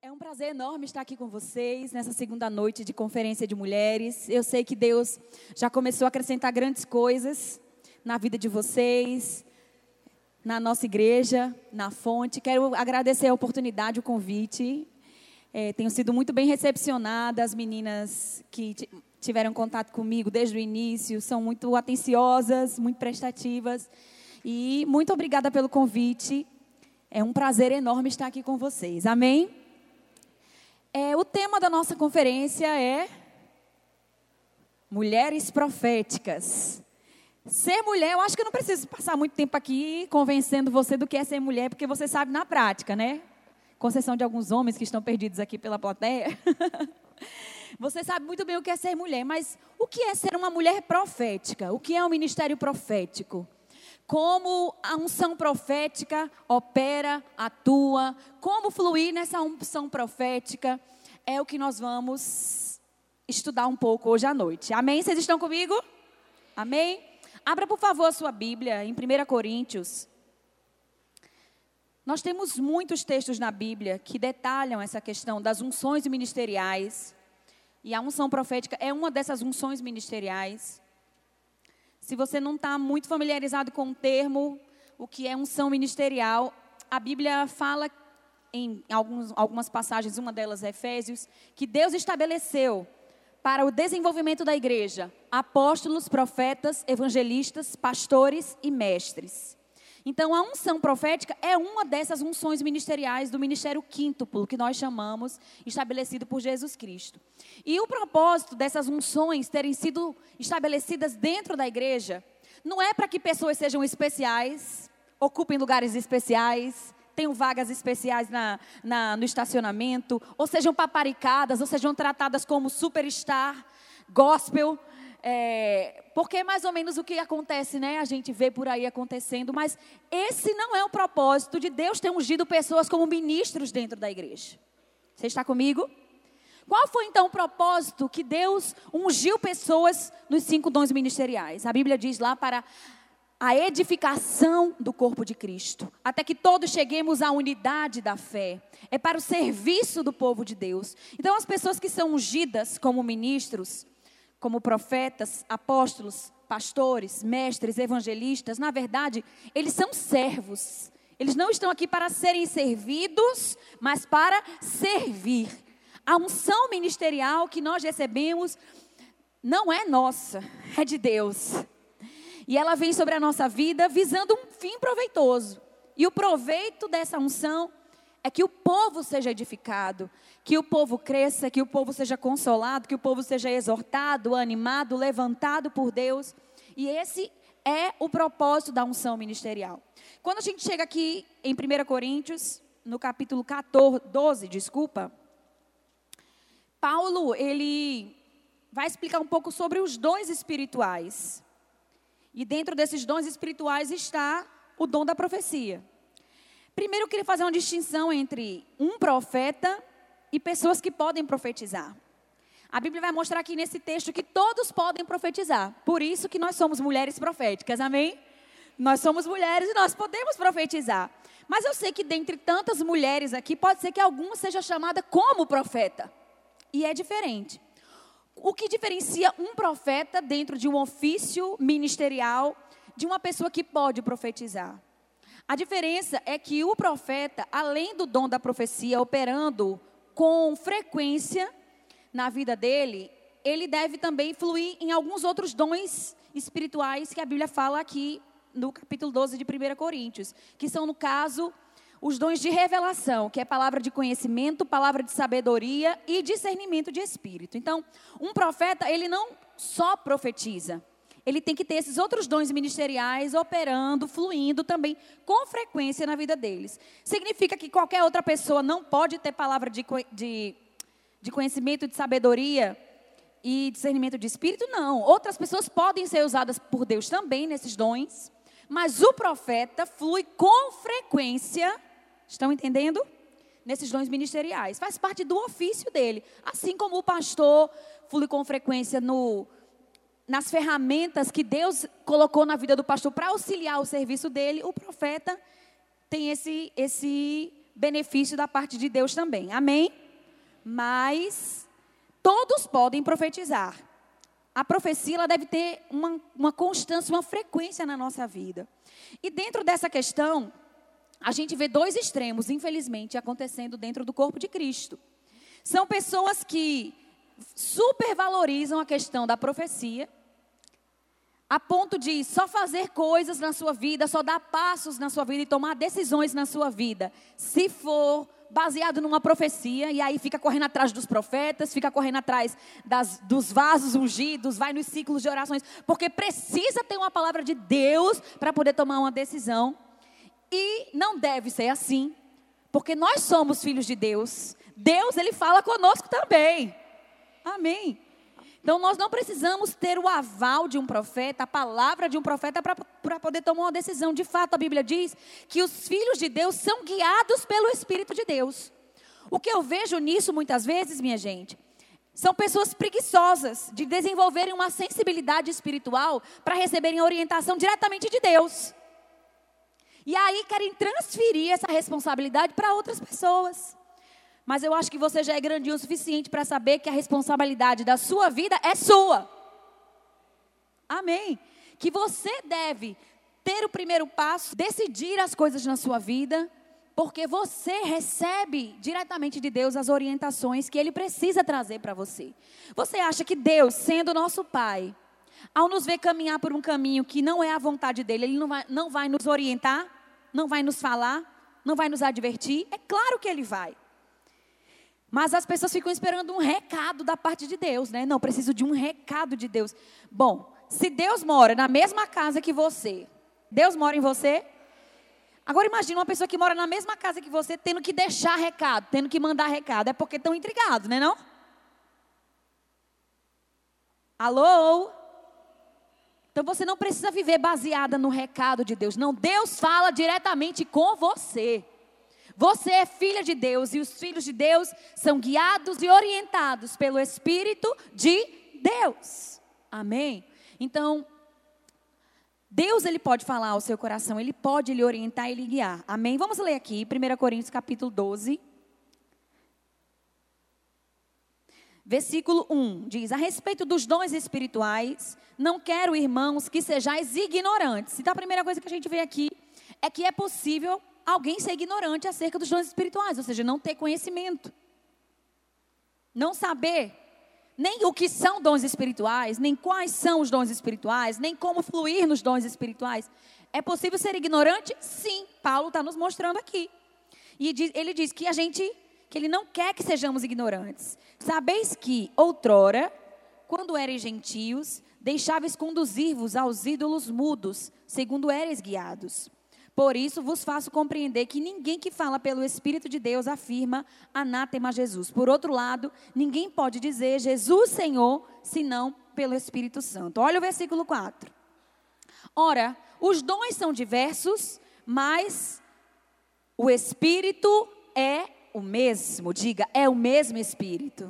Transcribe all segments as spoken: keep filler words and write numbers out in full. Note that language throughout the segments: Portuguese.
É um prazer enorme estar aqui com vocês nessa segunda noite de conferência de mulheres. Eu sei que Deus já começou a acrescentar grandes coisas na vida de vocês, na nossa igreja, na Fonte. Quero agradecer a oportunidade, o convite. É, tenho sido muito bem recepcionada. As meninas que tiveram contato comigo desde o início são muito atenciosas, muito prestativas. E muito obrigada pelo convite. É um prazer enorme estar aqui com vocês. Amém? É, o tema da nossa conferência é Mulheres Proféticas. Ser mulher, eu acho que eu não preciso passar muito tempo aqui convencendo você do que é ser mulher, porque você sabe na prática, né? Com exceção de alguns homens que estão perdidos aqui pela plateia. Você sabe muito bem o que é ser mulher, mas o que é ser uma mulher profética? O que é um ministério profético? Como a unção profética opera, atua, como fluir nessa unção profética, é o que nós vamos estudar um pouco hoje à noite. Amém? Vocês estão comigo? Amém? Abra, por favor, a sua Bíblia em primeira Coríntios. Nós temos muitos textos na Bíblia que detalham essa questão das unções ministeriais. E a unção profética é uma dessas unções ministeriais. Se você não está muito familiarizado com o termo, o que é unção ministerial, a Bíblia fala em alguns, algumas passagens, uma delas é Efésios, que Deus estabeleceu para o desenvolvimento da igreja apóstolos, profetas, evangelistas, pastores e mestres. Então, a unção profética é uma dessas unções ministeriais do ministério quíntuplo, que nós chamamos, estabelecido por Jesus Cristo. E o propósito dessas unções terem sido estabelecidas dentro da igreja, não é para que pessoas sejam especiais, ocupem lugares especiais, tenham vagas especiais na, na, no estacionamento, ou sejam paparicadas, ou sejam tratadas como superstar, gospel. É, porque é mais ou menos o que acontece, né? A gente vê por aí acontecendo, mas esse não é o propósito de Deus ter ungido pessoas como ministros dentro da igreja. Você está comigo? Qual foi então o propósito que Deus ungiu pessoas nos cinco dons ministeriais? A Bíblia diz lá para a edificação do corpo de Cristo, até que todos cheguemos à unidade da fé. É para o serviço do povo de Deus. Então as pessoas que são ungidas como ministros, como profetas, apóstolos, pastores, mestres, evangelistas, na verdade, eles são servos. Eles não estão aqui para serem servidos, mas para servir. A unção ministerial que nós recebemos não é nossa, é de Deus. E ela vem sobre a nossa vida visando um fim proveitoso. E o proveito dessa unção é que o povo seja edificado, que o povo cresça, que o povo seja consolado, que o povo seja exortado, animado, levantado por Deus. E esse é o propósito da unção ministerial. Quando a gente chega aqui em primeira Coríntios, no capítulo catorze, doze, desculpa, Paulo, ele vai explicar um pouco sobre os dons espirituais. E dentro desses dons espirituais está o dom da profecia. Primeiro eu queria fazer uma distinção entre um profeta e pessoas que podem profetizar. A Bíblia vai mostrar aqui nesse texto que todos podem profetizar. Por isso que nós somos mulheres proféticas, amém? Nós somos mulheres e nós podemos profetizar. Mas eu sei que dentre tantas mulheres aqui, pode ser que alguma seja chamada como profeta. E é diferente. O que diferencia um profeta dentro de um ofício ministerial de uma pessoa que pode profetizar? A diferença é que o profeta, além do dom da profecia operando com frequência na vida dele, ele deve também fluir em alguns outros dons espirituais que a Bíblia fala aqui no capítulo doze de primeira Coríntios, que são, no caso, os dons de revelação, que é palavra de conhecimento, palavra de sabedoria e discernimento de espírito. Então, um profeta, ele não só profetiza, ele tem que ter esses outros dons ministeriais operando, fluindo também com frequência na vida deles. Significa que qualquer outra pessoa não pode ter palavra de, de, de conhecimento, de sabedoria e discernimento de espírito? Não. Outras pessoas podem ser usadas por Deus também nesses dons, mas o profeta flui com frequência, estão entendendo? Nesses dons ministeriais. Faz parte do ofício dele. Assim como o pastor flui com frequência no... nas ferramentas que Deus colocou na vida do pastor para auxiliar o serviço dele, o profeta tem esse, esse benefício da parte de Deus também. Amém? Mas todos podem profetizar. A profecia ela deve ter uma, uma constância, uma frequência na nossa vida. E dentro dessa questão, a gente vê dois extremos, infelizmente, acontecendo dentro do corpo de Cristo. São pessoas que supervalorizam a questão da profecia, a ponto de só fazer coisas na sua vida, só dar passos na sua vida e tomar decisões na sua vida, se for baseado numa profecia, e aí fica correndo atrás dos profetas, fica correndo atrás das, dos vasos ungidos, vai nos ciclos de orações, porque precisa ter uma palavra de Deus para poder tomar uma decisão. E não deve ser assim, porque nós somos filhos de Deus. Deus, Ele fala conosco também. Amém. Então, nós não precisamos ter o aval de um profeta, a palavra de um profeta para poder tomar uma decisão. De fato, a Bíblia diz que os filhos de Deus são guiados pelo Espírito de Deus. O que eu vejo nisso, muitas vezes, minha gente, são pessoas preguiçosas de desenvolverem uma sensibilidade espiritual para receberem orientação diretamente de Deus. E aí querem transferir essa responsabilidade para outras pessoas. Mas eu acho que você já é grandinho o suficiente para saber que a responsabilidade da sua vida é sua. Amém. Que você deve ter o primeiro passo, decidir as coisas na sua vida, porque você recebe diretamente de Deus as orientações que Ele precisa trazer para você. Você acha que Deus, sendo nosso Pai, ao nos ver caminhar por um caminho que não é a vontade dEle, Ele não vai, não vai nos orientar, não vai nos falar, não vai nos advertir? É claro que Ele vai. Mas as pessoas ficam esperando um recado da parte de Deus, né? Não, preciso de um recado de Deus. Bom, se Deus mora na mesma casa que você, Deus mora em você? Agora imagine uma pessoa que mora na mesma casa que você, tendo que deixar recado, tendo que mandar recado. É porque estão intrigados, né não? Alô? Então você não precisa viver baseada no recado de Deus. Não, Deus fala diretamente com você. Você é filha de Deus e os filhos de Deus são guiados e orientados pelo Espírito de Deus. Amém? Então, Deus ele pode falar ao seu coração, Ele pode lhe orientar e lhe guiar. Amém? Vamos ler aqui, primeira Coríntios capítulo doze. Versículo um, diz: a respeito dos dons espirituais, não quero, irmãos, que sejais ignorantes. Então a primeira coisa que a gente vê aqui é que é possível alguém ser ignorante acerca dos dons espirituais, ou seja, não ter conhecimento. Não saber nem o que são dons espirituais, nem quais são os dons espirituais, nem como fluir nos dons espirituais. É possível ser ignorante? Sim, Paulo está nos mostrando aqui. E diz, ele diz que a gente, que ele não quer que sejamos ignorantes. Sabeis que, outrora, quando eres gentios, deixáveis conduzir-vos aos ídolos mudos, segundo eres guiados. Por isso vos faço compreender que ninguém que fala pelo Espírito de Deus afirma anátema a Jesus. Por outro lado, ninguém pode dizer Jesus Senhor, senão pelo Espírito Santo. Olha o versículo quatro. Ora, os dons são diversos, mas o Espírito é o mesmo. Diga, é o mesmo Espírito.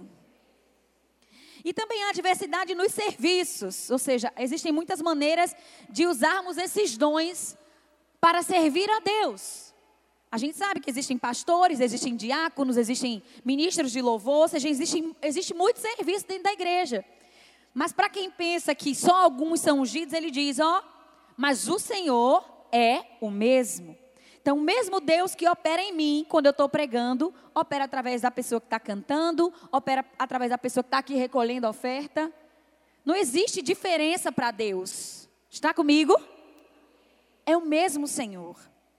E também há diversidade nos serviços, ou seja, existem muitas maneiras de usarmos esses dons para servir a Deus. A gente sabe que existem pastores, existem diáconos, existem ministros de louvor, ou seja, existe, existe muito serviço dentro da igreja. Mas para quem pensa que só alguns são ungidos, ele diz, ó, mas o Senhor é o mesmo. Então, o mesmo Deus que opera em mim, quando eu estou pregando, opera através da pessoa que está cantando, opera através da pessoa que está aqui recolhendo a oferta. Não existe diferença para Deus. Está comigo? É o mesmo Senhor.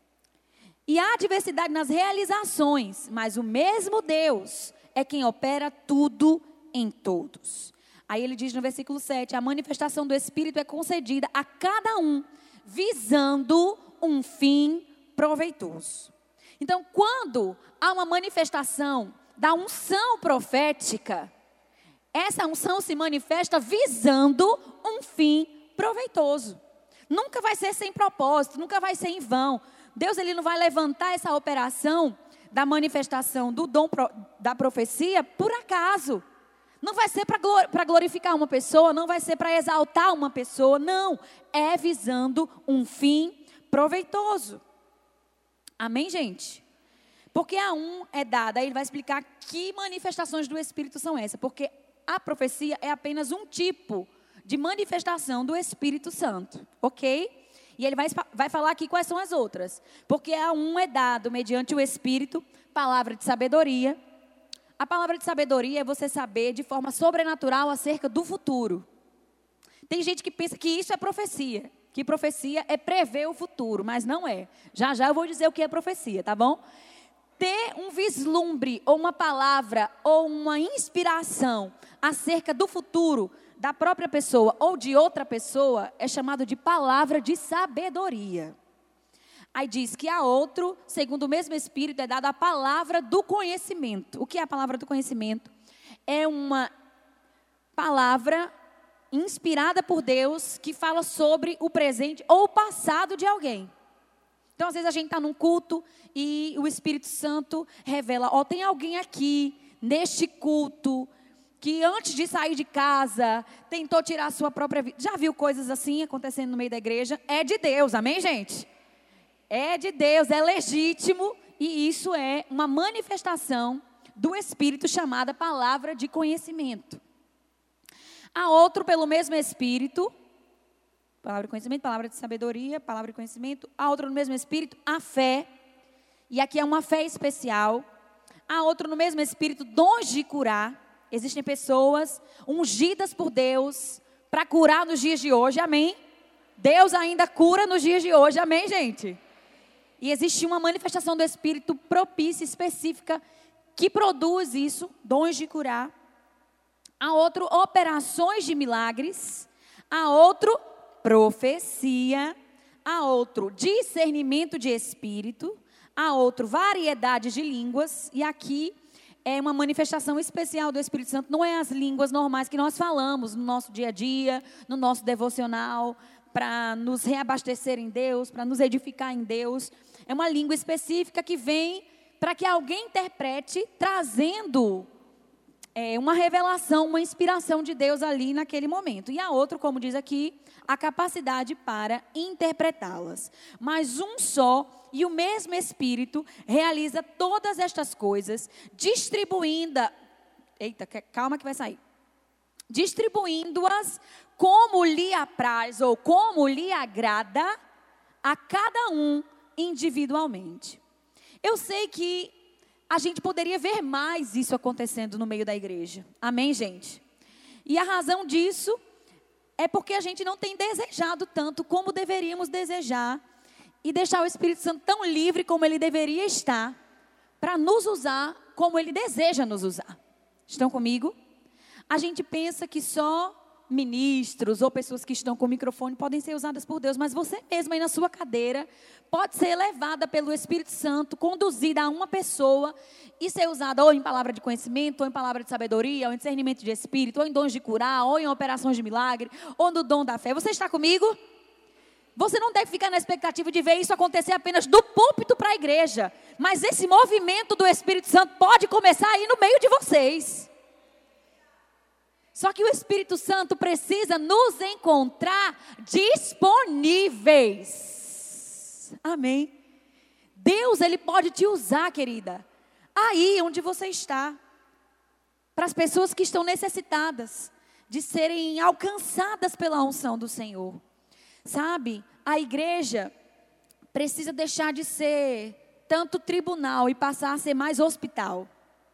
E há diversidade nas realizações, mas o mesmo Deus é quem opera tudo em todos. Aí ele diz no versículo sete, a manifestação do Espírito é concedida a cada um, visando um fim proveitoso. Então, quando há uma manifestação da unção profética, essa unção se manifesta visando um fim proveitoso. Nunca vai ser sem propósito, nunca vai ser em vão. Deus ele não vai levantar essa operação da manifestação do dom pro, da profecia por acaso. Não vai ser para glorificar uma pessoa, não vai ser para exaltar uma pessoa, não. É visando um fim proveitoso. Amém, gente? Porque a um é dada, aí ele vai explicar que manifestações do Espírito são essas. Porque a profecia é apenas um tipo de manifestação do Espírito Santo, ok? E ele vai, vai falar aqui quais são as outras. Porque a um é dado, mediante o Espírito, palavra de sabedoria. A palavra de sabedoria é você saber de forma sobrenatural acerca do futuro. Tem gente que pensa que isso é profecia. Que profecia é prever o futuro, mas não é. Já já eu vou dizer o que é profecia, tá bom? Ter um vislumbre, ou uma palavra, ou uma inspiração acerca do futuro da própria pessoa ou de outra pessoa é chamado de palavra de sabedoria. Aí diz que a outro, segundo o mesmo Espírito, é dada a palavra do conhecimento. O que é a palavra do conhecimento? É uma palavra inspirada por Deus que fala sobre o presente ou o passado de alguém. Então, às vezes a gente está num culto e o Espírito Santo revela, ó, tem alguém aqui neste culto que antes de sair de casa tentou tirar a sua própria vida. Já viu coisas assim acontecendo no meio da igreja? É de Deus, amém, gente? É de Deus, é legítimo e isso é uma manifestação do Espírito chamada palavra de conhecimento. Há outro pelo mesmo Espírito, palavra de conhecimento, palavra de sabedoria, palavra de conhecimento. Há outro no mesmo Espírito, a fé, e aqui é uma fé especial. Há outro no mesmo Espírito, dons de curar. Existem pessoas ungidas por Deus para curar nos dias de hoje, amém? Deus ainda cura nos dias de hoje, amém, gente? E existe uma manifestação do Espírito propícia, específica, que produz isso, dons de curar. Há outro, operações de milagres. Há outro, profecia. Há outro, discernimento de espírito. Há outro, variedades de línguas. E aqui é uma manifestação especial do Espírito Santo. Não é as línguas normais que nós falamos no nosso dia a dia, no nosso devocional, para nos reabastecer em Deus, para nos edificar em Deus. É uma língua específica que vem para que alguém interprete, trazendo é, uma revelação, uma inspiração de Deus ali naquele momento. E a outro, como diz aqui, a capacidade para interpretá-las. Mas um só e o mesmo Espírito realiza todas estas coisas, distribuindo... Eita, calma que vai sair. Distribuindo-as como lhe apraz ou como lhe agrada a cada um individualmente. Eu sei que a gente poderia ver mais isso acontecendo no meio da igreja. Amém, gente? E a razão disso é porque a gente não tem desejado tanto como deveríamos desejar e deixar o Espírito Santo tão livre como ele deveria estar para nos usar como ele deseja nos usar. Estão comigo? A gente pensa que só ministros ou pessoas que estão com o microfone podem ser usadas por Deus, mas você mesma aí na sua cadeira pode ser levada pelo Espírito Santo, conduzida a uma pessoa e ser usada ou em palavra de conhecimento, ou em palavra de sabedoria, ou em discernimento de espírito, ou em dons de curar, ou em operações de milagre, ou no dom da fé. Você está comigo? Você não deve ficar na expectativa de ver isso acontecer apenas do púlpito para a igreja, mas esse movimento do Espírito Santo pode começar aí no meio de vocês. Só que o Espírito Santo precisa nos encontrar disponíveis. Amém. Deus, Ele pode te usar, querida, aí onde você está. Para as pessoas que estão necessitadas de serem alcançadas pela unção do Senhor. Sabe, a igreja precisa deixar de ser tanto tribunal e passar a ser mais hospital.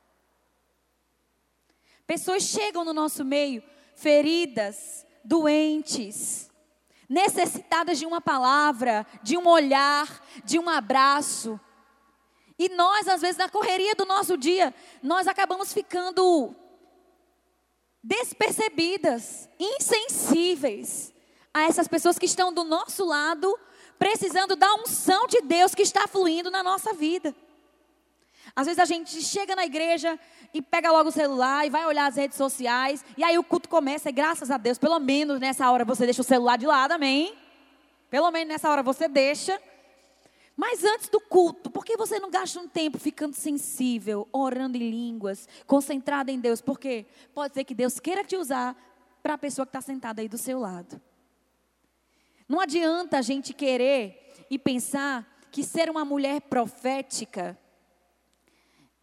Pessoas chegam no nosso meio feridas, doentes, necessitadas de uma palavra, de um olhar, de um abraço. E nós, às vezes, na correria do nosso dia, nós acabamos ficando despercebidas, insensíveis a essas pessoas que estão do nosso lado, precisando da unção de Deus que está fluindo na nossa vida. Às vezes a gente chega na igreja e pega logo o celular e vai olhar as redes sociais. E aí o culto começa e graças a Deus, pelo menos nessa hora você deixa o celular de lado, amém? Pelo menos nessa hora você deixa. Mas antes do culto, por que você não gasta um tempo ficando sensível, orando em línguas, concentrada em Deus? Porque pode ser que Deus queira te usar para a pessoa que está sentada aí do seu lado. Não adianta a gente querer e pensar que ser uma mulher profética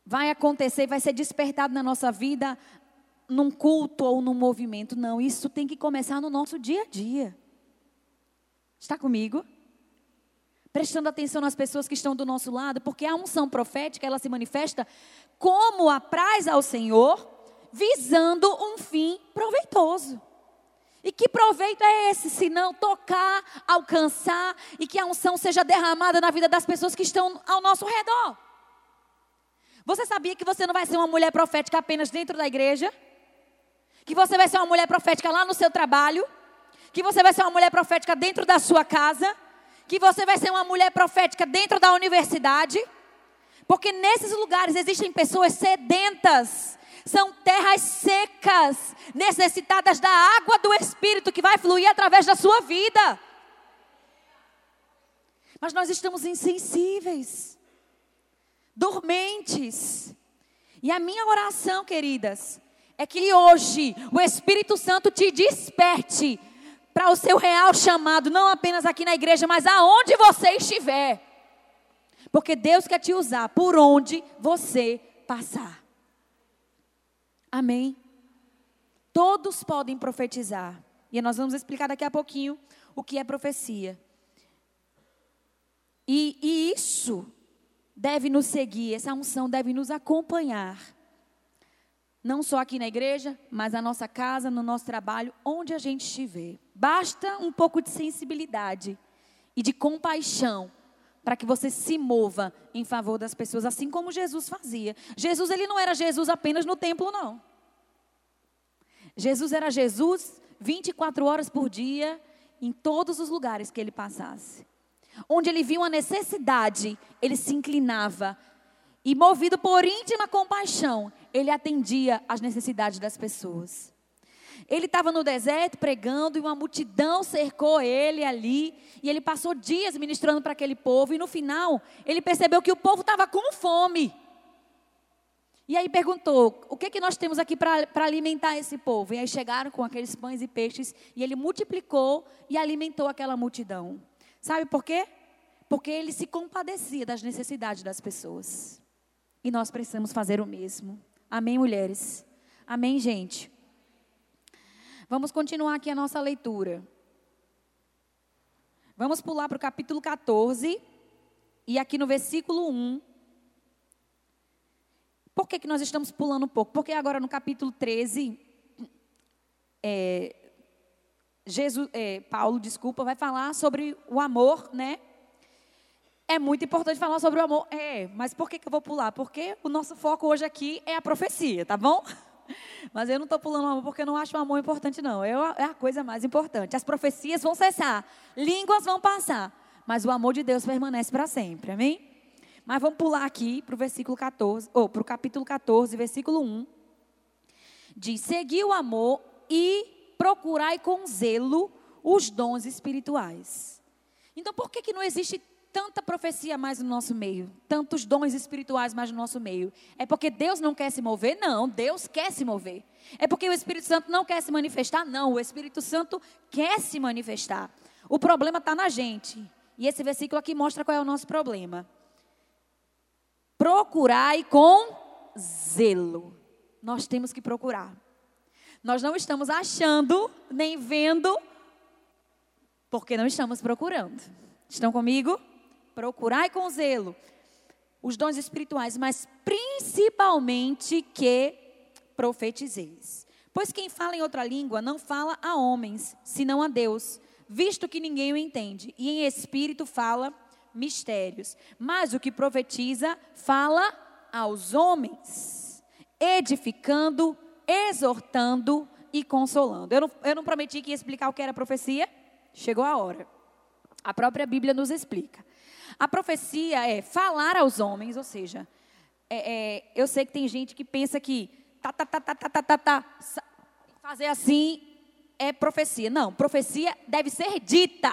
vai acontecer, vai ser despertado na nossa vida num culto ou num movimento. Não, isso tem que começar no nosso dia a dia. Está comigo? Prestando atenção nas pessoas que estão do nosso lado, porque a unção profética, ela se manifesta como apraz ao Senhor, visando um fim proveitoso. E que proveito é esse, se não tocar, alcançar e que a unção seja derramada na vida das pessoas que estão ao nosso redor? Você sabia que você não vai ser uma mulher profética apenas dentro da igreja? Que você vai ser uma mulher profética lá no seu trabalho? Que você vai ser uma mulher profética dentro da sua casa? Que você vai ser uma mulher profética dentro da universidade? Porque nesses lugares existem pessoas sedentas. São terras secas, necessitadas da água do Espírito que vai fluir através da sua vida. Mas nós estamos insensíveis, dormentes. E a minha oração, queridas, é que hoje o Espírito Santo te desperte para o seu real chamado, não apenas aqui na igreja, mas aonde você estiver. Porque Deus quer te usar por onde você passar. Amém? Todos podem profetizar. E nós vamos explicar daqui a pouquinho o que é profecia. E, e isso deve nos seguir, essa unção deve nos acompanhar. Não só aqui na igreja, mas na nossa casa, no nosso trabalho, onde a gente estiver. Basta um pouco de sensibilidade e de compaixão para que você se mova em favor das pessoas, assim como Jesus fazia. Jesus, ele não era Jesus apenas no templo, não. Jesus era Jesus vinte e quatro horas por dia, em todos os lugares que ele passasse. Onde ele via uma necessidade, ele se inclinava. E movido por íntima compaixão, ele atendia às necessidades das pessoas. Ele estava no deserto pregando e uma multidão cercou ele ali. E ele passou dias ministrando para aquele povo. E no final, ele percebeu que o povo estava com fome. E aí perguntou, o que, que nós temos aqui para alimentar esse povo? E aí chegaram com aqueles pães e peixes. E ele multiplicou e alimentou aquela multidão. Sabe por quê? Porque ele se compadecia das necessidades das pessoas. E nós precisamos fazer o mesmo. Amém, mulheres? Amém, gente? Vamos continuar aqui a nossa leitura. Vamos pular para o capítulo catorze. E aqui no versículo um. Por que, que nós estamos pulando um pouco? Porque agora no capítulo treze, é, Jesus, é, Paulo, desculpa, vai falar sobre o amor, né? É muito importante falar sobre o amor. É, mas por que, que eu vou pular? Porque o nosso foco hoje aqui é a profecia, tá bom? Mas eu não estou pulando o amor porque eu não acho o amor importante, não. É a coisa mais importante. As profecias vão cessar, línguas vão passar, mas o amor de Deus permanece para sempre, amém? Mas vamos pular aqui para o versículo catorze, ou para o capítulo catorze, versículo um. Diz, segui o amor e procurai com zelo os dons espirituais. Então, por que, que não existe tanta profecia mais no nosso meio, tantos dons espirituais mais no nosso meio? É porque Deus não quer se mover? Não, Deus quer se mover. É porque o Espírito Santo não quer se manifestar? Não, o Espírito Santo quer se manifestar. O problema está na gente. E esse versículo aqui mostra qual é o nosso problema. Procurai com zelo. Nós temos que procurar. Nós não estamos achando, nem vendo, porque não estamos procurando. Estão comigo? Procurai com zelo os dons espirituais, mas principalmente que profetizeis. Pois quem fala em outra língua não fala a homens, senão a Deus, visto que ninguém o entende. E em espírito fala mistérios. Mas o que profetiza fala aos homens, edificando, exortando e consolando. Eu não, eu não prometi que ia explicar o que era profecia? Chegou a hora. A própria Bíblia nos explica. A profecia é falar aos homens, ou seja, é, é, eu sei que tem gente que pensa que tá, tá, tá, tá, tá, tá, tá, tá, fazer assim é profecia. Não, profecia deve ser dita.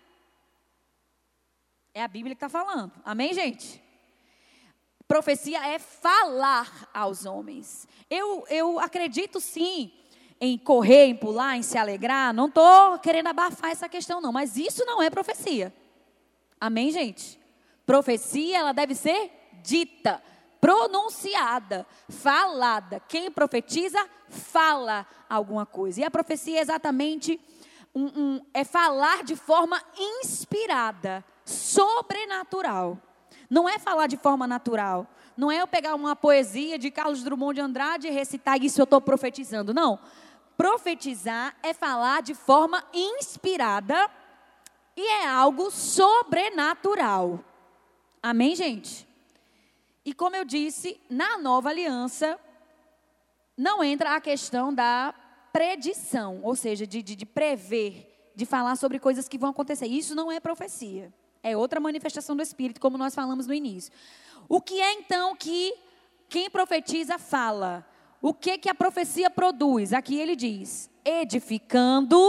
É a Bíblia que está falando. Amém, gente? Profecia é falar aos homens. Eu, eu acredito sim em correr, em pular, em se alegrar. Não estou querendo abafar essa questão não, mas isso não é profecia. Amém, gente? Profecia, ela deve ser dita. pronunciada, falada. Quem profetiza, fala alguma coisa. E a profecia é exatamente, um, um, é falar de forma inspirada, sobrenatural. Não é falar de forma natural. Não é eu pegar uma poesia de Carlos Drummond de Andrade e recitar isso eu estou profetizando. Não. Profetizar é falar de forma inspirada e é algo sobrenatural. Amém, gente? E como eu disse, na nova aliança, não entra a questão da predição, ou seja, de, de, de prever, de falar sobre coisas que vão acontecer. Isso não é profecia. É outra manifestação do Espírito, como nós falamos no início. O que é então que quem profetiza fala? O que que a profecia produz? Aqui ele diz, edificando,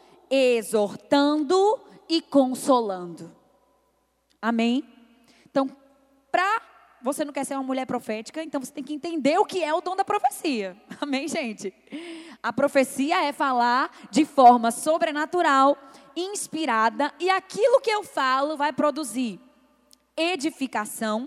exortando e consolando. Amém? Então, para você não quer ser uma mulher profética, então você tem que entender o que é o dom da profecia. Amém, gente? A profecia é falar de forma sobrenatural, inspirada, e aquilo que eu falo vai produzir edificação,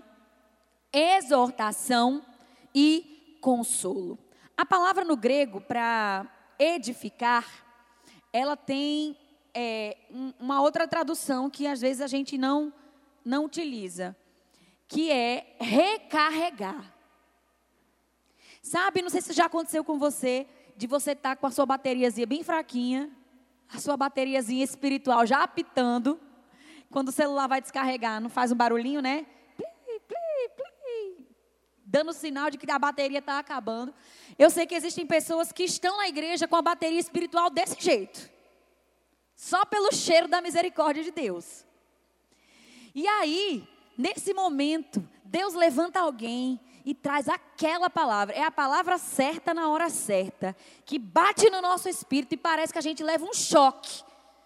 exortação e consolo. A palavra no grego para edificar, ela tem é, um, uma outra tradução que às vezes a gente não, não utiliza, que é recarregar. Sabe, não sei se já aconteceu com você, de você estar com a sua bateriazinha bem fraquinha, a sua bateriazinha espiritual já apitando, quando o celular vai descarregar, não faz um barulhinho, né? Pli, pli, pli, dando sinal de que a bateria está acabando. Eu sei que existem pessoas que estão na igreja com a bateria espiritual desse jeito. Só pelo cheiro da misericórdia de Deus. E aí, nesse momento, Deus levanta alguém e traz aquela palavra. É a palavra certa na hora certa. Que bate no nosso espírito e parece que a gente leva um choque.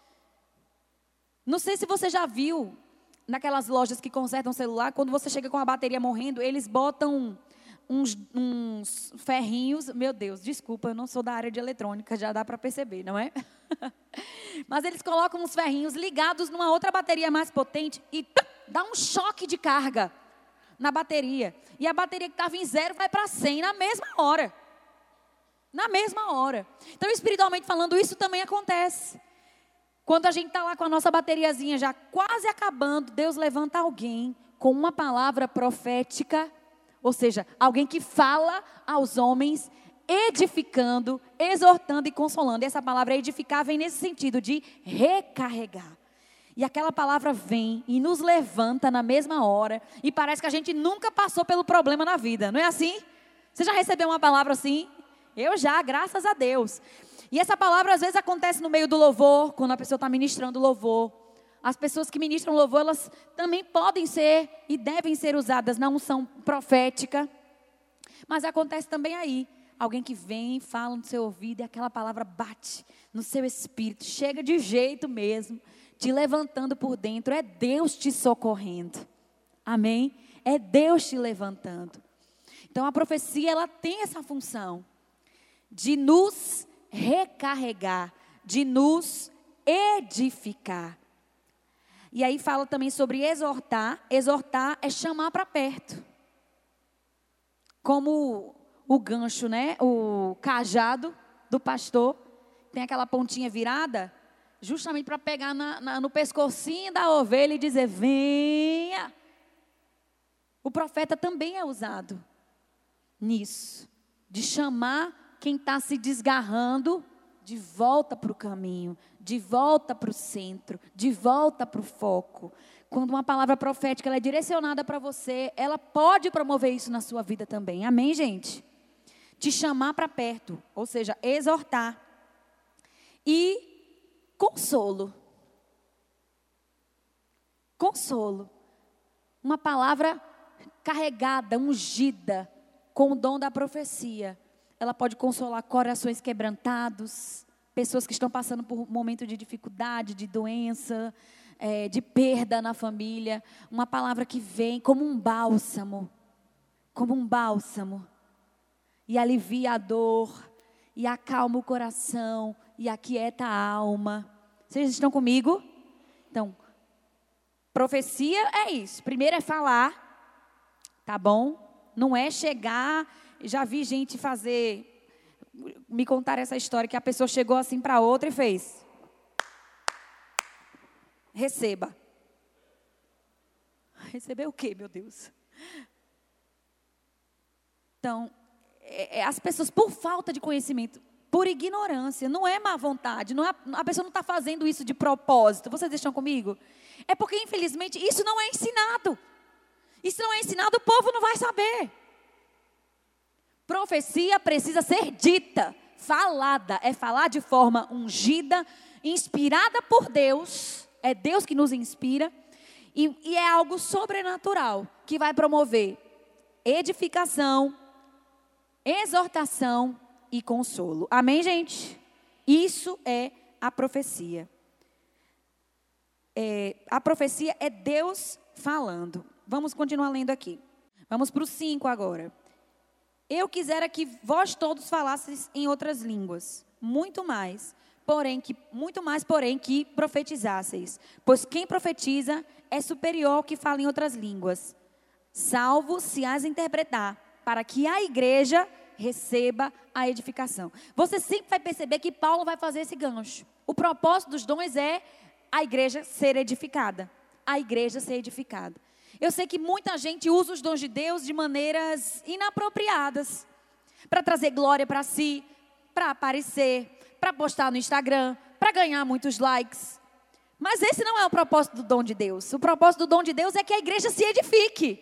Não sei se você já viu, naquelas lojas que consertam celular, quando você chega com a bateria morrendo, eles botam uns, uns ferrinhos. Meu Deus, desculpa, eu não sou da área de eletrônica, já dá para perceber, não é? Mas eles colocam uns ferrinhos ligados numa outra bateria mais potente e tum, dá um choque de carga na bateria. E a bateria que estava em zero vai para cem na mesma hora. Na mesma hora. Então, espiritualmente falando, isso também acontece. Quando a gente está lá com a nossa bateriazinha já quase acabando, Deus levanta alguém com uma palavra profética, ou seja, alguém que fala aos homens, edificando, exortando e consolando. E essa palavra edificar vem nesse sentido de recarregar. E aquela palavra vem e nos levanta na mesma hora. E parece que a gente nunca passou pelo problema na vida, não é assim? Você já recebeu uma palavra assim? Eu já, graças a Deus. E essa palavra às vezes acontece no meio do louvor, quando a pessoa está ministrando louvor. As pessoas que ministram louvor, elas também podem ser e devem ser usadas na unção profética. Mas acontece também aí. Alguém que vem, fala no seu ouvido e aquela palavra bate no seu espírito. Chega de jeito mesmo, te levantando por dentro. É Deus te socorrendo. Amém? É Deus te levantando. Então a profecia, ela tem essa função de nos recarregar, de nos edificar. E aí fala também sobre exortar. Exortar é chamar para perto. Como o gancho, né? O cajado do pastor tem aquela pontinha virada, justamente para pegar na, na, no pescocinho da ovelha e dizer, venha. O profeta também é usado nisso, de chamar quem está se desgarrando de volta para o caminho, de volta para o centro, de volta para o foco. Quando uma palavra profética ela é direcionada para você, ela pode promover isso na sua vida também. Amém, gente? Te chamar para perto, ou seja, exortar. E consolo. Consolo. Uma palavra carregada, ungida, com o dom da profecia. Ela pode consolar corações quebrantados, pessoas que estão passando por um momento de dificuldade, de doença, é, de perda na família. Uma palavra que vem como um bálsamo, como um bálsamo, e alivia a dor, e acalma o coração, e aquieta a alma. Vocês estão comigo? Então, profecia é isso. Primeiro é falar, tá bom? Não é chegar, já vi gente fazer, me contar essa história que a pessoa chegou assim para outra e fez. Receba. Receber o quê, meu Deus? Então, é, é, as pessoas, por falta de conhecimento, por ignorância, não é má vontade, não é, a pessoa não está fazendo isso de propósito. Vocês estão comigo? É porque, infelizmente, isso não é ensinado. Isso não é ensinado, o povo não vai saber. Profecia precisa ser dita, falada. É falar de forma ungida, inspirada por Deus. É Deus que nos inspira. E, e é algo sobrenatural, que vai promover edificação, exortação e consolo. Amém, gente? Isso é a profecia. É, a profecia é Deus falando. Vamos continuar lendo aqui. Vamos para o cinco agora. Eu quisera que vós todos falasseis em outras línguas, muito mais, porém que muito mais, porém que profetizasseis, pois quem profetiza é superior ao que fala em outras línguas, salvo se as interpretar, para que a igreja receba a edificação. Você sempre vai perceber que Paulo vai fazer esse gancho. O propósito dos dons é a igreja ser edificada, a igreja ser edificada. Eu sei que muita gente usa os dons de Deus de maneiras inapropriadas, para trazer glória para si, para aparecer, para postar no Instagram, para ganhar muitos likes. Mas esse não é o propósito do dom de Deus. O propósito do dom de Deus é que a igreja se edifique.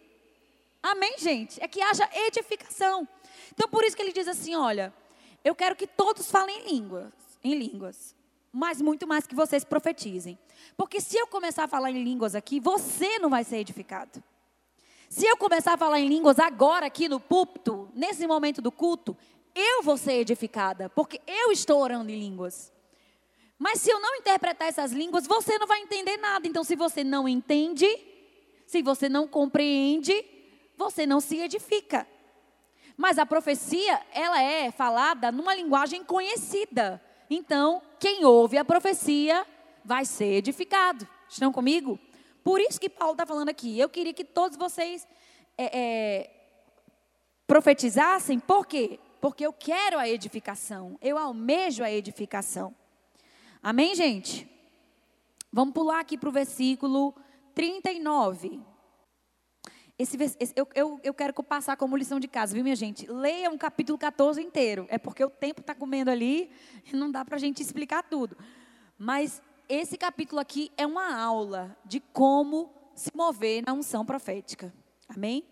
Amém, gente? É que haja edificação. Então, por isso que ele diz assim, olha, eu quero que todos falem em línguas, em línguas, mas muito mais que vocês profetizem. Porque se eu começar a falar em línguas aqui, você não vai ser edificado. Se eu começar a falar em línguas agora aqui no púlpito, nesse momento do culto, eu vou ser edificada, porque eu estou orando em línguas. Mas se eu não interpretar essas línguas, você não vai entender nada. Então, se você não entende, se você não compreende, você não se edifica. Mas a profecia, ela é falada numa linguagem conhecida. Então, quem ouve a profecia vai ser edificado. Estão comigo? Por isso que Paulo está falando aqui. Eu queria que todos vocês é, é, profetizassem. Por quê? Porque eu quero a edificação. Eu almejo a edificação. Amém, gente? Vamos pular aqui para o versículo trinta e nove. Esse, esse, eu, eu, eu quero passar como lição de casa, viu, minha gente? Leia um capítulo catorze inteiro. É porque o tempo está comendo ali e não dá para a gente explicar tudo. Mas esse capítulo aqui é uma aula de como se mover na unção profética. Amém?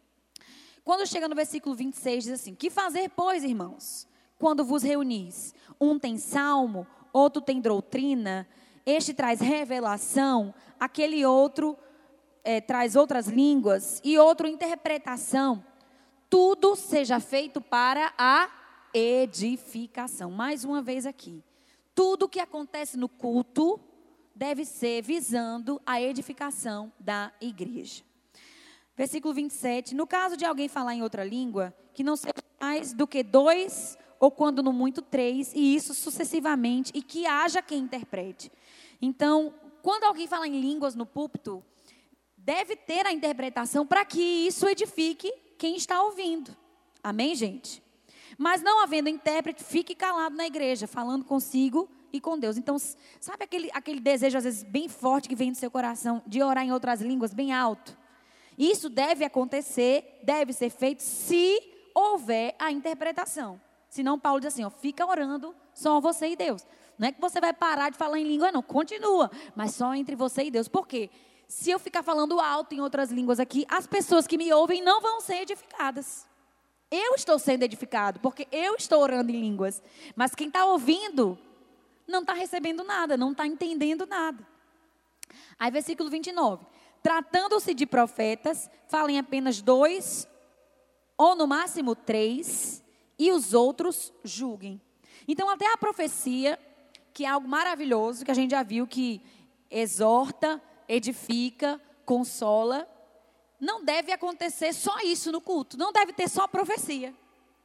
Quando chega no versículo vinte e seis, diz assim: que fazer, pois, irmãos, quando vos reunis? Um tem salmo, outro tem doutrina, este traz revelação, aquele outro é, traz outras línguas e outro interpretação. Tudo seja feito para a edificação. Mais uma vez aqui. Tudo que acontece no culto deve ser visando a edificação da igreja. Versículo vinte e sete. No caso de alguém falar em outra língua, que não seja mais do que dois, ou quando no muito três, e isso sucessivamente, e que haja quem interprete. Então, quando alguém fala em línguas no púlpito, deve ter a interpretação para que isso edifique quem está ouvindo. Amém, gente? Mas não havendo intérprete, fique calado na igreja, falando consigo e com Deus. Então, sabe aquele, aquele desejo, às vezes, bem forte que vem do seu coração, de orar em outras línguas, bem alto? Isso deve acontecer, deve ser feito, se houver a interpretação. Senão, Paulo diz assim, ó, fica orando só você e Deus. Não é que você vai parar de falar em língua, não. Continua, mas só entre você e Deus. Por quê? Se eu ficar falando alto em outras línguas aqui, as pessoas que me ouvem não vão ser edificadas. Eu estou sendo edificado, porque eu estou orando em línguas. Mas quem está ouvindo, não está recebendo nada, não está entendendo nada. Aí, versículo vinte e nove. Tratando-se de profetas, falem apenas dois, ou no máximo três, e os outros julguem. Então, até a profecia, que é algo maravilhoso, que a gente já viu que exorta, edifica, consola, não deve acontecer só isso no culto. Não deve ter só profecia.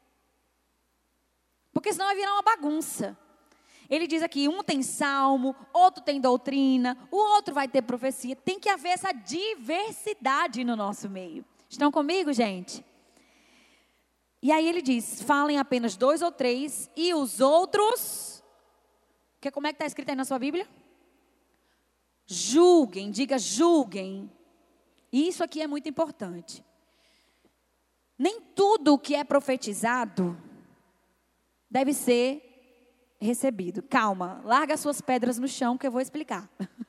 Porque senão vai virar uma bagunça. Ele diz aqui, um tem salmo, outro tem doutrina, o outro vai ter profecia. Tem que haver essa diversidade no nosso meio. Estão comigo, gente? E aí ele diz, falem apenas dois ou três, e os outros, que como é que está escrito aí na sua Bíblia? Julguem, diga julguem. E isso aqui é muito importante. Nem tudo que é profetizado deve ser recebido. Calma, larga as suas pedras no chão que eu vou explicar.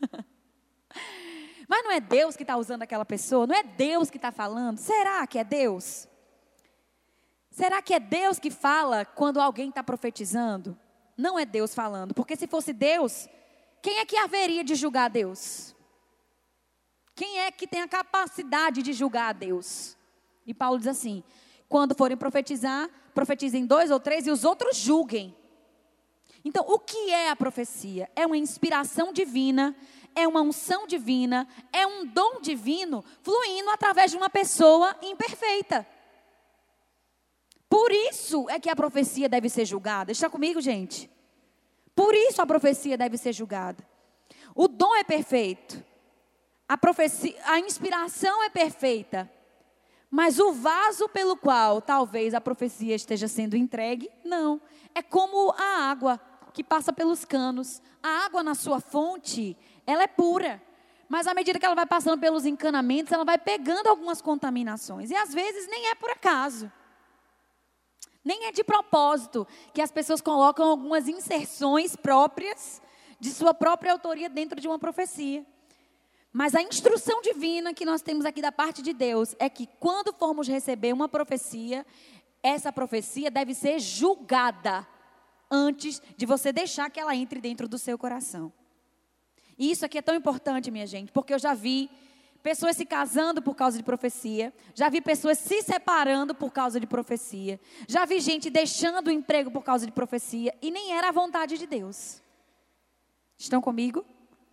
Mas não é Deus que está usando aquela pessoa? Não é Deus que está falando? Será que é Deus? Será que é Deus que fala quando alguém está profetizando? Não é Deus falando, porque se fosse Deus, quem é que haveria de julgar a Deus? Quem é que tem a capacidade de julgar a Deus? E Paulo diz assim, quando forem profetizar, profetizem dois ou três e os outros julguem. Então, o que é a profecia? É uma inspiração divina, é uma unção divina, é um dom divino fluindo através de uma pessoa imperfeita. Por isso é que a profecia deve ser julgada. Está comigo, gente? Por isso a profecia deve ser julgada. O dom é perfeito. A profecia, a inspiração é perfeita. Mas o vaso pelo qual talvez a profecia esteja sendo entregue, não. É como a água que passa pelos canos. A água na sua fonte, ela é pura. Mas à medida que ela vai passando pelos encanamentos, ela vai pegando algumas contaminações. E às vezes nem é por acaso. Nem é de propósito que as pessoas colocam algumas inserções próprias, de sua própria autoria dentro de uma profecia. Mas a instrução divina que nós temos aqui da parte de Deus é que quando formos receber uma profecia, essa profecia deve ser julgada antes de você deixar que ela entre dentro do seu coração. E isso aqui é tão importante, minha gente, porque eu já vi pessoas se casando por causa de profecia. Já vi pessoas se separando por causa de profecia. Já vi gente deixando o emprego por causa de profecia. E nem era a vontade de Deus. Estão comigo?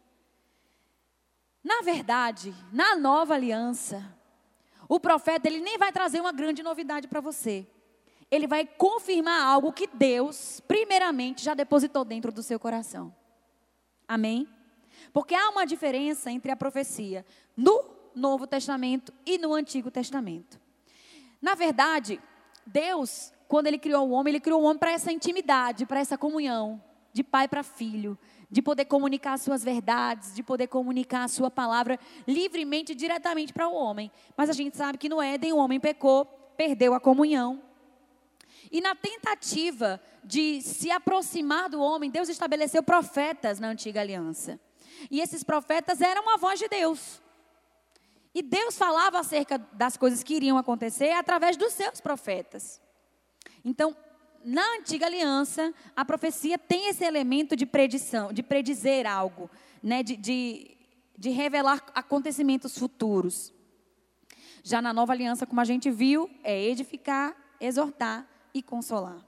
Na verdade, na nova aliança, o profeta ele nem vai trazer uma grande novidade para você. Ele vai confirmar algo que Deus, primeiramente, já depositou dentro do seu coração. Amém? Porque há uma diferença entre a profecia no Novo Testamento e no Antigo Testamento. Na verdade, Deus, quando Ele criou o homem, Ele criou o homem para essa intimidade, para essa comunhão, de pai para filho, de poder comunicar as suas verdades, de poder comunicar a sua palavra livremente, diretamente para o homem. Mas a gente sabe que no Éden o homem pecou, perdeu a comunhão. E na tentativa de se aproximar do homem, Deus estabeleceu profetas na antiga aliança. E esses profetas eram a voz de Deus. E Deus falava acerca das coisas que iriam acontecer através dos seus profetas. Então, na antiga aliança, a profecia tem esse elemento de predição, de predizer algo, né? de, de, de revelar acontecimentos futuros. Já na nova aliança, como a gente viu, é edificar, exortar e consolar.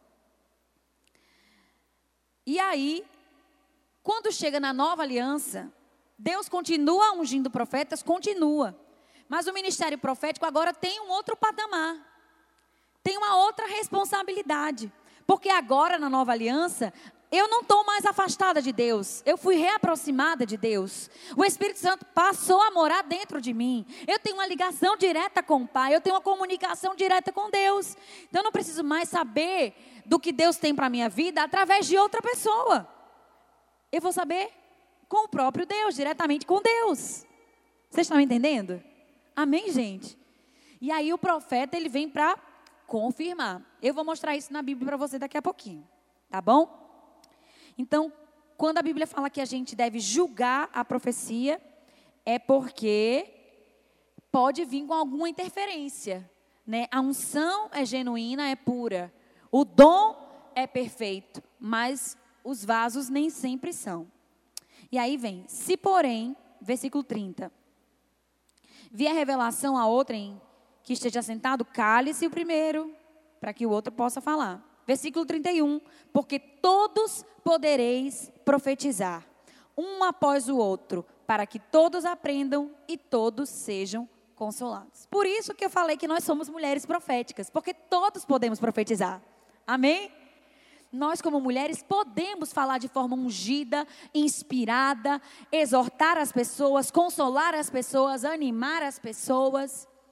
E aí, quando chega na nova aliança, Deus continua ungindo profetas, continua. Mas o ministério profético agora tem um outro patamar. Tem uma outra responsabilidade. Porque agora na nova aliança, eu não estou mais afastada de Deus. Eu fui reaproximada de Deus. O Espírito Santo passou a morar dentro de mim. Eu tenho uma ligação direta com o Pai. Eu tenho uma comunicação direta com Deus. Então eu não preciso mais saber do que Deus tem para a minha vida através de outra pessoa. Eu vou saber com o próprio Deus, diretamente com Deus. Vocês estão entendendo? Amém, gente? E aí o profeta, ele vem para confirmar. Eu vou mostrar isso na Bíblia para você daqui a pouquinho. Tá bom? Então, quando a Bíblia fala que a gente deve julgar a profecia, é porque pode vir com alguma interferência, né? A unção é genuína, é pura. O dom é perfeito, mas os vasos nem sempre são. E aí vem, se porém, versículo trinta, vier revelação a outrem que esteja sentado, cale-se o primeiro, para que o outro possa falar. Versículo trinta e um, porque todos podereis profetizar, um após o outro, para que todos aprendam e todos sejam consolados. Por isso que eu falei que nós somos mulheres proféticas, porque todos podemos profetizar. Amém? Nós como mulheres podemos falar de forma ungida, inspirada, exortar as pessoas, consolar as pessoas, animar as pessoas.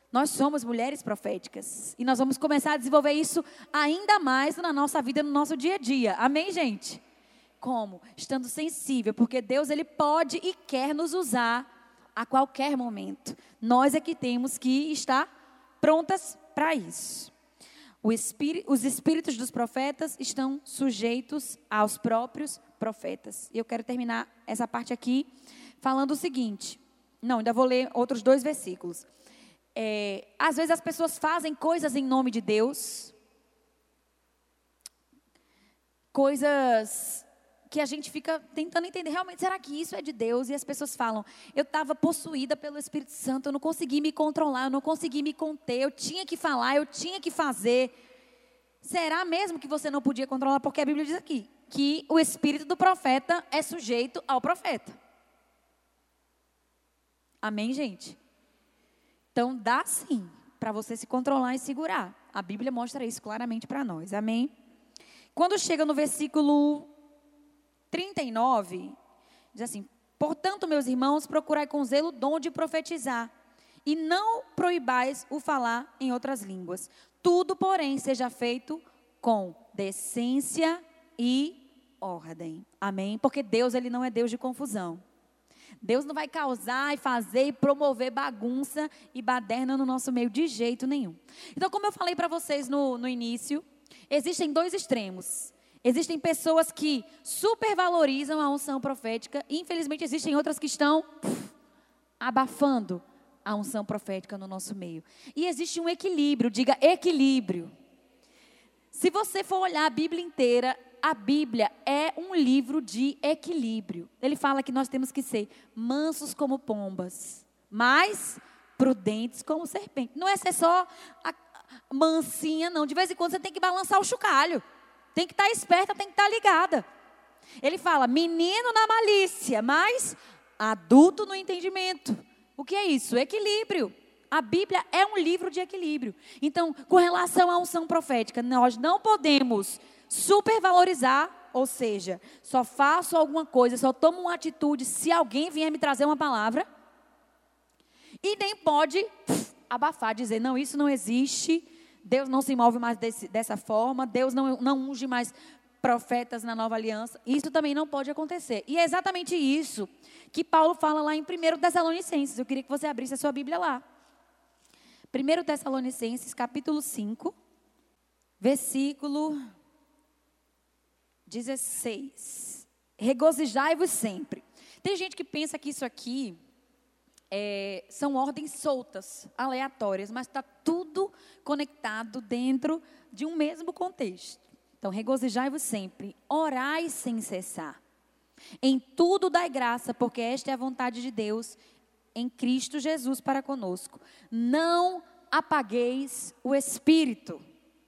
Nós somos mulheres proféticas. E nós vamos começar a desenvolver isso ainda mais na nossa vida, no nosso dia a dia. Amém, gente? Como? Estando sensível, porque Deus, Ele pode e quer nos usar a qualquer momento. Nós é que temos que estar prontas para isso. O espírito, os espíritos dos profetas estão sujeitos aos próprios profetas. E eu quero terminar essa parte aqui falando o seguinte. Não, ainda vou ler outros dois versículos. É, às vezes as pessoas fazem coisas em nome de Deus. Coisas que a gente fica tentando entender. Realmente, será que isso é de Deus? E as pessoas falam, eu estava possuída pelo Espírito Santo, eu não consegui me controlar, eu não consegui me conter, eu tinha que falar, eu tinha que fazer. Será mesmo que você não podia controlar? Porque a Bíblia diz aqui, que o espírito do profeta é sujeito ao profeta. Amém, gente? Então, dá sim, para você se controlar e segurar. A Bíblia mostra isso claramente para nós. Amém? Quando chega no versículo trinta e nove, diz assim, portanto, meus irmãos, procurai com zelo o dom de profetizar, e não proibais o falar em outras línguas. Tudo, porém, seja feito com decência e ordem. Amém? Porque Deus, Ele não é Deus de confusão. Deus não vai causar e fazer e promover bagunça e baderna no nosso meio de jeito nenhum. Então, como eu falei para vocês no, no início, existem dois extremos. Existem pessoas que supervalorizam a unção profética. E, infelizmente, existem outras que estão puf, abafando a unção profética no nosso meio. E existe um equilíbrio, diga equilíbrio. Se você for olhar a Bíblia inteira, a Bíblia é um livro de equilíbrio. Ele fala que nós temos que ser mansos como pombas, mas prudentes como serpentes. Não é ser só a mansinha, não. De vez em quando você tem que balançar o chocalho. Tem que estar esperta, tem que estar ligada. Ele fala, menino na malícia, mas adulto no entendimento. O que é isso? Equilíbrio. A Bíblia é um livro de equilíbrio. Então, com relação à unção profética, nós não podemos supervalorizar, ou seja, só faço alguma coisa, só tomo uma atitude se alguém vier me trazer uma palavra. E nem pode pff, abafar, dizer, não, isso não existe, Deus não se move mais desse, dessa forma, Deus não, não unge mais profetas na nova aliança. Isso também não pode acontecer. E é exatamente isso que Paulo fala lá em primeiro Tessalonicenses. Eu queria que você abrisse a sua Bíblia lá. primeiro Tessalonicenses, capítulo cinco, versículo dezesseis. Regozijai-vos sempre. Tem gente que pensa que isso aqui é, são ordens soltas, aleatórias, mas está tudo conectado dentro de um mesmo contexto. Então, regozijai-vos sempre, orai sem cessar. Em tudo dai graça, porque esta é a vontade de Deus em Cristo Jesus para conosco. Não apagueis o Espírito.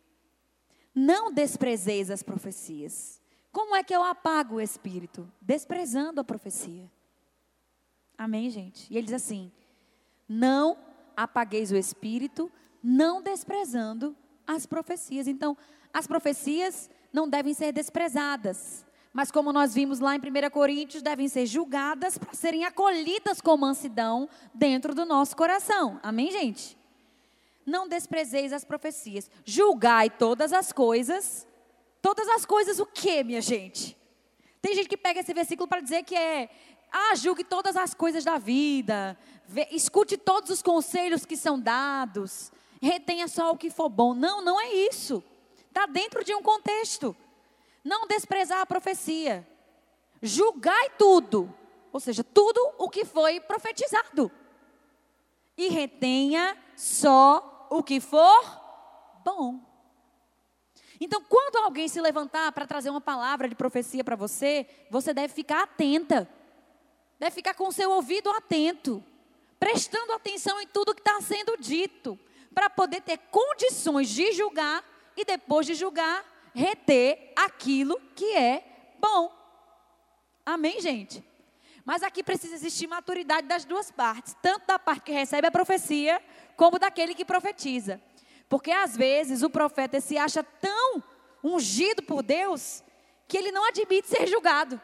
Não desprezeis as profecias. Como é que eu apago o Espírito? Desprezando a profecia. Amém, gente? E ele diz assim, não apagueis o Espírito, não desprezando as profecias. Então, as profecias não devem ser desprezadas. Mas como nós vimos lá em primeira Coríntios, devem ser julgadas para serem acolhidas com mansidão dentro do nosso coração. Amém, gente? Não desprezeis as profecias. Julgai todas as coisas. Todas as coisas o quê, minha gente? Tem gente que pega esse versículo para dizer que é, ah, julgue todas as coisas da vida. Vê, escute todos os conselhos que são dados. Retenha só o que for bom. Não, não é isso. Está dentro de um contexto. Não desprezar a profecia. Julgai tudo. Ou seja, tudo o que foi profetizado. E retenha só o que for bom. Então, quando alguém se levantar para trazer uma palavra de profecia para você, você deve ficar atenta. Deve ficar com o seu ouvido atento. Prestando atenção em tudo que está sendo dito. Para poder ter condições de julgar e depois de julgar, reter aquilo que é bom. Amém, gente? Mas aqui precisa existir maturidade das duas partes. Tanto da parte que recebe a profecia, como daquele que profetiza. Porque às vezes o profeta se acha tão ungido por Deus, que ele não admite ser julgado.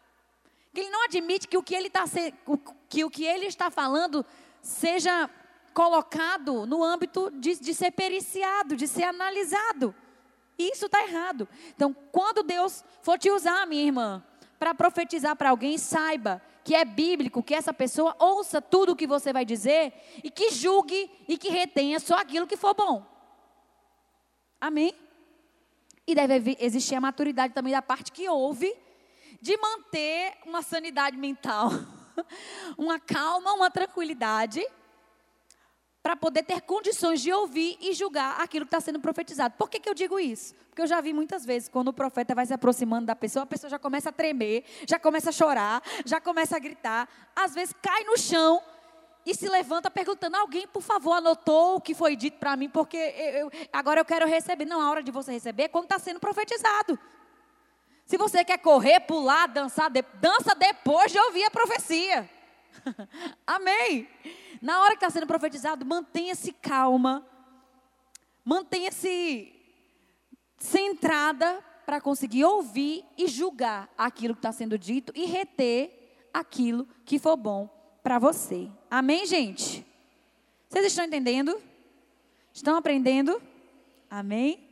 Que ele não admite que o que ele, tá, que o que ele está falando seja colocado no âmbito de, de ser periciado, de ser analisado. E isso está errado. Então, quando Deus for te usar, minha irmã, para profetizar para alguém, saiba que é bíblico, que essa pessoa ouça tudo o que você vai dizer e que julgue e que retenha só aquilo que for bom. Amém? E deve existir a maturidade também da parte que ouve, de manter uma sanidade mental, uma calma, uma tranquilidade, para poder ter condições de ouvir e julgar aquilo que está sendo profetizado. Por que que eu digo isso? Porque eu já vi muitas vezes, quando o profeta vai se aproximando da pessoa, a pessoa já começa a tremer, já começa a chorar, já começa a gritar, às vezes cai no chão e se levanta perguntando: alguém, por favor, anotou o que foi dito para mim, porque eu, eu, agora eu quero receber. Não, a hora de você receber é quando está sendo profetizado. Se você quer correr, pular, dançar, de, dança depois de ouvir a profecia. Amém? Na hora que está sendo profetizado, mantenha-se calma, mantenha-se centrada para conseguir ouvir e julgar aquilo que está sendo dito e reter aquilo que for bom para você. Amém, gente? Vocês estão entendendo? Estão aprendendo? Amém?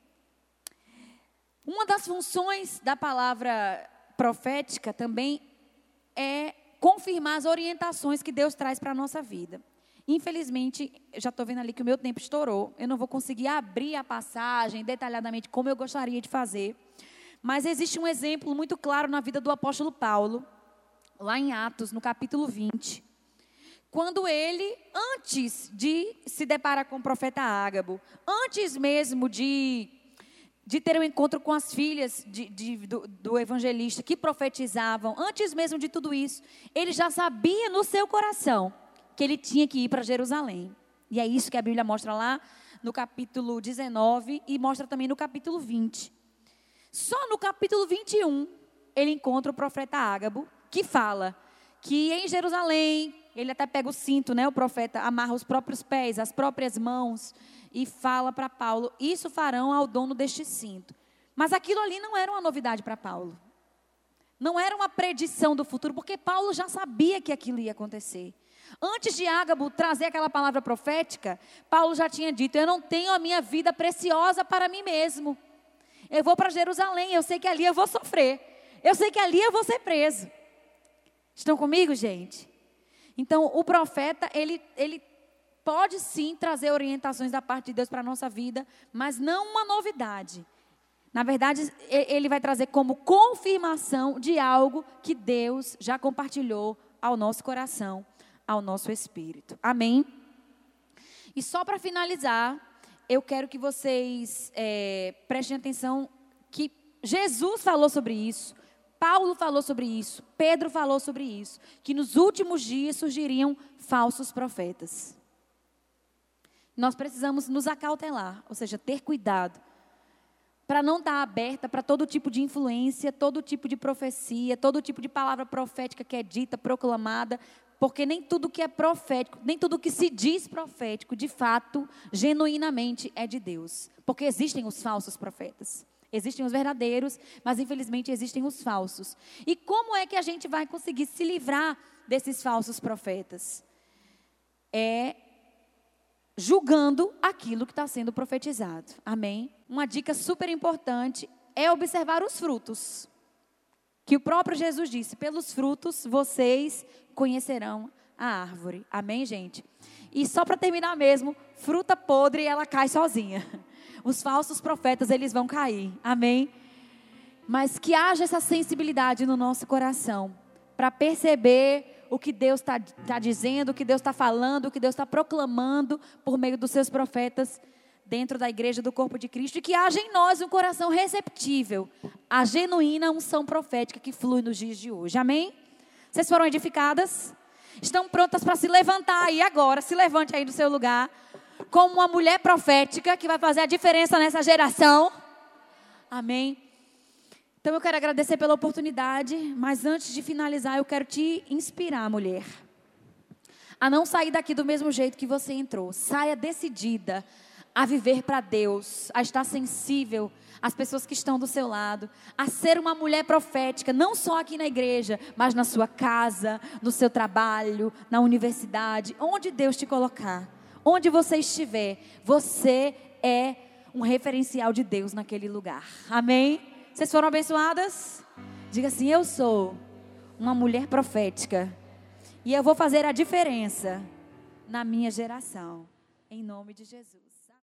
Uma das funções da palavra profética também é confirmar as orientações que Deus traz para a nossa vida. Infelizmente, já estou vendo ali que o meu tempo estourou. Eu não vou conseguir abrir a passagem detalhadamente como eu gostaria de fazer. Mas existe um exemplo muito claro na vida do apóstolo Paulo, lá em Atos, no capítulo vinte. Quando ele, antes de se deparar com o profeta Ágabo, antes mesmo de... de ter um encontro com as filhas de, de, do, do evangelista que profetizavam, antes mesmo de tudo isso, ele já sabia no seu coração que ele tinha que ir para Jerusalém. E é isso que a Bíblia mostra lá no capítulo dezenove e mostra também no capítulo vinte. Só no capítulo vinte e um, ele encontra o profeta Ágabo, que fala que em Jerusalém, ele até pega o cinto, né? O profeta amarra os próprios pés, as próprias mãos, e fala para Paulo: isso farão ao dono deste cinto. Mas aquilo ali não era uma novidade para Paulo. Não era uma predição do futuro, porque Paulo já sabia que aquilo ia acontecer. Antes de Ágabo trazer aquela palavra profética, Paulo já tinha dito: eu não tenho a minha vida preciosa para mim mesmo. Eu vou para Jerusalém, eu sei que ali eu vou sofrer. Eu sei que ali eu vou ser preso. Estão comigo, gente? Então, o profeta, ele... ele pode sim trazer orientações da parte de Deus para a nossa vida, mas não uma novidade. Na verdade, ele vai trazer como confirmação de algo que Deus já compartilhou ao nosso coração, ao nosso espírito. Amém? E só para finalizar, eu quero que vocês é, prestem atenção que Jesus falou sobre isso, Paulo falou sobre isso, Pedro falou sobre isso, que nos últimos dias surgiriam falsos profetas. Nós precisamos nos acautelar, ou seja, ter cuidado, para não estar aberta para todo tipo de influência, todo tipo de profecia, todo tipo de palavra profética que é dita, proclamada, porque nem tudo que é profético, nem tudo que se diz profético, de fato, genuinamente é de Deus. Porque existem os falsos profetas, existem os verdadeiros, mas infelizmente existem os falsos. E como é que a gente vai conseguir se livrar desses falsos profetas? É julgando aquilo que está sendo profetizado. Amém? Uma dica super importante é observar os frutos. Que o próprio Jesus disse: pelos frutos vocês conhecerão a árvore. Amém, gente? E só para terminar mesmo, fruta podre, ela cai sozinha. Os falsos profetas, eles vão cair. Amém? Mas que haja essa sensibilidade no nosso coração para perceber o que Deus está tá dizendo, o que Deus está falando, o que Deus está proclamando por meio dos seus profetas dentro da igreja do corpo de Cristo, e que haja em nós um coração receptível à genuína unção profética que flui nos dias de hoje. Amém? Vocês foram edificadas? Estão prontas para se levantar aí agora? Se levante aí do seu lugar, como uma mulher profética que vai fazer a diferença nessa geração. Amém? Então eu quero agradecer pela oportunidade, mas antes de finalizar eu quero te inspirar, mulher, a não sair daqui do mesmo jeito que você entrou. Saia decidida a viver para Deus, a estar sensível às pessoas que estão do seu lado, a ser uma mulher profética, não só aqui na igreja, mas na sua casa, no seu trabalho, na universidade, onde Deus te colocar, onde você estiver, você é um referencial de Deus naquele lugar. Amém? Vocês foram abençoadas? Diga assim: eu sou uma mulher profética e eu vou fazer a diferença na minha geração, em nome de Jesus.